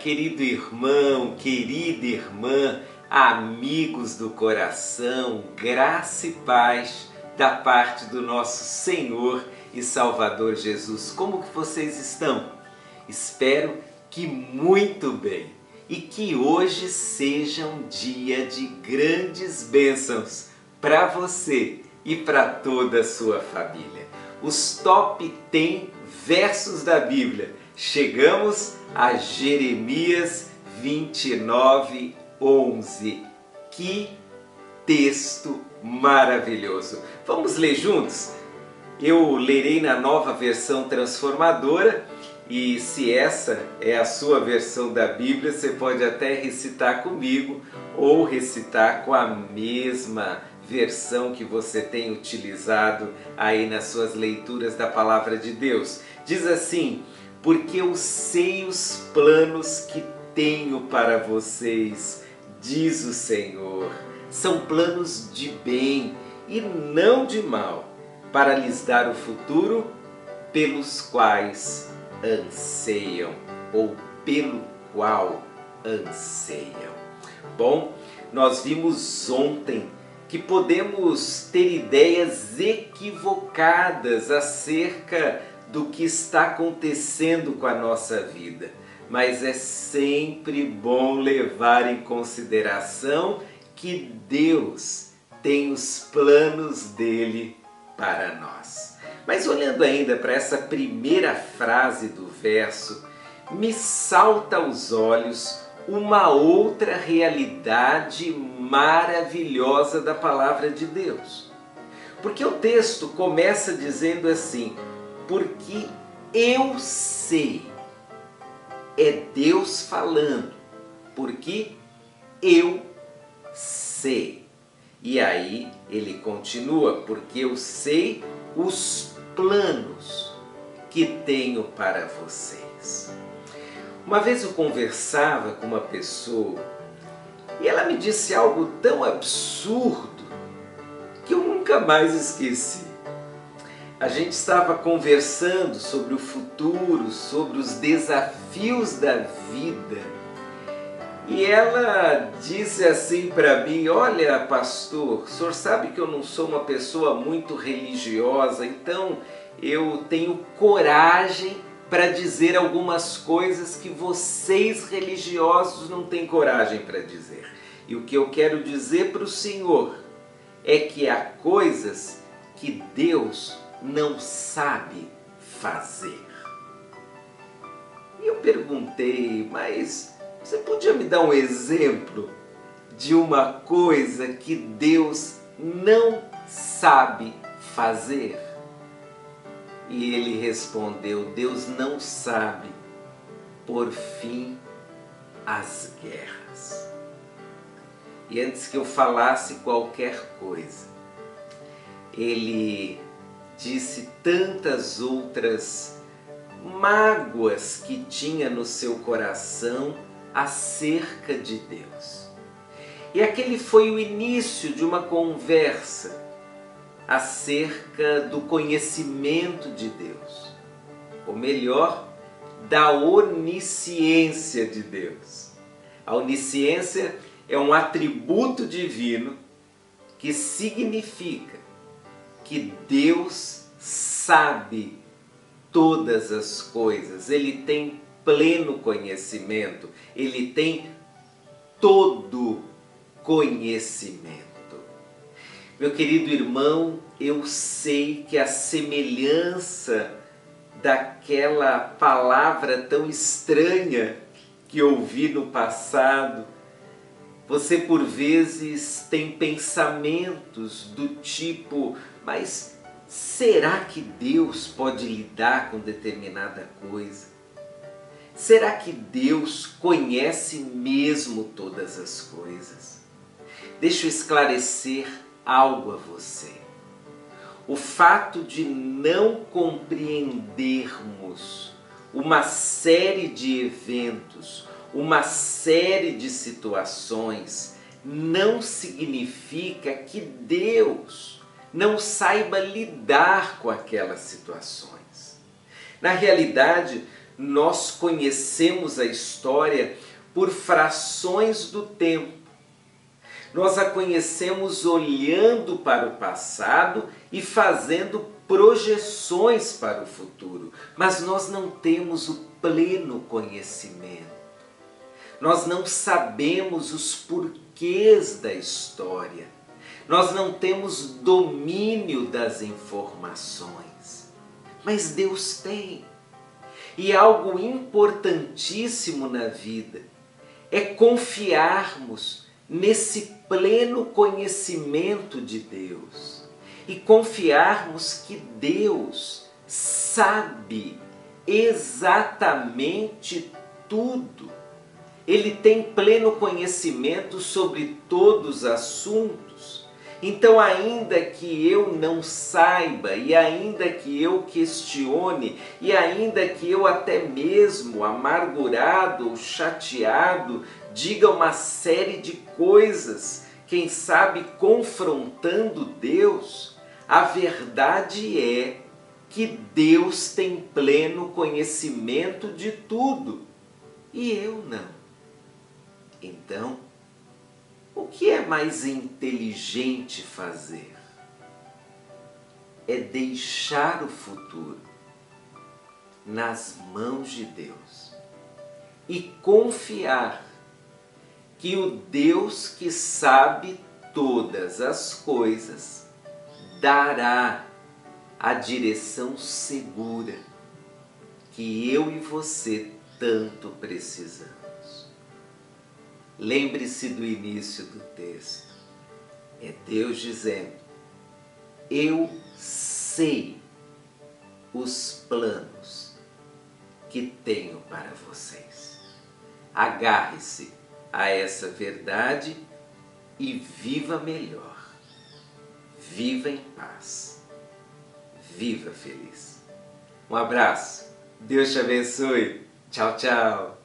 querido irmão, querida irmã, amigos do coração, graça e paz da parte do nosso Senhor e Salvador Jesus. Como que vocês estão? Espero que muito bem e que hoje seja um dia de grandes bênçãos para você e para toda a sua família. Os top 10 versos da Bíblia. Chegamos a Jeremias 29:11. Que texto maravilhoso! Vamos ler juntos? Eu lerei na nova versão transformadora e se essa é a sua versão da Bíblia, você pode até recitar comigo ou recitar com a mesma versão que você tem utilizado aí nas suas leituras da Palavra de Deus. Diz assim: porque eu sei os planos que tenho para vocês, diz o Senhor. São planos de bem e não de mal, para lhes dar o futuro pelos quais anseiam, ou pelo qual anseiam. Bom, nós vimos ontem que podemos ter ideias equivocadas acerca do que está acontecendo com a nossa vida, mas é sempre bom levar em consideração que Deus tem os planos dele para nós. Mas olhando ainda para essa primeira frase do verso, me salta aos olhos uma outra realidade maravilhosa da palavra de Deus. Porque o texto começa dizendo assim: porque eu sei. É Deus falando, porque eu sei. E aí ele continua: porque eu sei os planos que tenho para vocês. Uma vez eu conversava com uma pessoa e ela me disse algo tão absurdo que eu nunca mais esqueci. A gente estava conversando sobre o futuro, sobre os desafios da vida. E ela disse assim para mim: olha, pastor, o senhor sabe que eu não sou uma pessoa muito religiosa, então eu tenho coragem para dizer algumas coisas que vocês religiosos não têm coragem para dizer. E o que eu quero dizer para o senhor é que há coisas que Deus não sabe fazer. E eu perguntei: mas você podia me dar um exemplo de uma coisa que Deus não sabe fazer? E ele respondeu: Deus não sabe pôr fim às guerras. E antes que eu falasse qualquer coisa, ele disse tantas outras mágoas que tinha no seu coração acerca de Deus. E aquele foi o início de uma conversa acerca do conhecimento de Deus, ou melhor, da onisciência de Deus. A onisciência é um atributo divino que significa que Deus sabe todas as coisas, Ele tem pleno conhecimento, Ele tem todo conhecimento. Meu querido irmão, eu sei que a semelhança daquela palavra tão estranha que ouvi no passado, você por vezes tem pensamentos do tipo: mas será que Deus pode lidar com determinada coisa? Será que Deus conhece mesmo todas as coisas? Deixa eu esclarecer algo a você. O fato de não compreendermos uma série de eventos, uma série de situações, não significa que Deus não saiba lidar com aquelas situações. Na realidade, nós conhecemos a história por frações do tempo. Nós a conhecemos olhando para o passado e fazendo projeções para o futuro, mas nós não temos o pleno conhecimento. Nós não sabemos os porquês da história. Nós não temos domínio das informações. Mas Deus tem. E algo importantíssimo na vida é confiarmos nesse pleno conhecimento de Deus. E confiarmos que Deus sabe exatamente tudo. Ele tem pleno conhecimento sobre todos os assuntos. Então, ainda que eu não saiba, e ainda que eu questione, e ainda que eu até mesmo, amargurado ou chateado, diga uma série de coisas, quem sabe confrontando Deus, a verdade é que Deus tem pleno conhecimento de tudo, e eu não. Então, o que é mais inteligente fazer? É deixar o futuro nas mãos de Deus e confiar que o Deus que sabe todas as coisas dará a direção segura que eu e você tanto precisamos. Lembre-se do início do texto. É Deus dizendo: eu sei os planos que tenho para vocês. Agarre-se a essa verdade e viva melhor. Viva em paz. Viva feliz. Um abraço. Deus te abençoe. Tchau, tchau.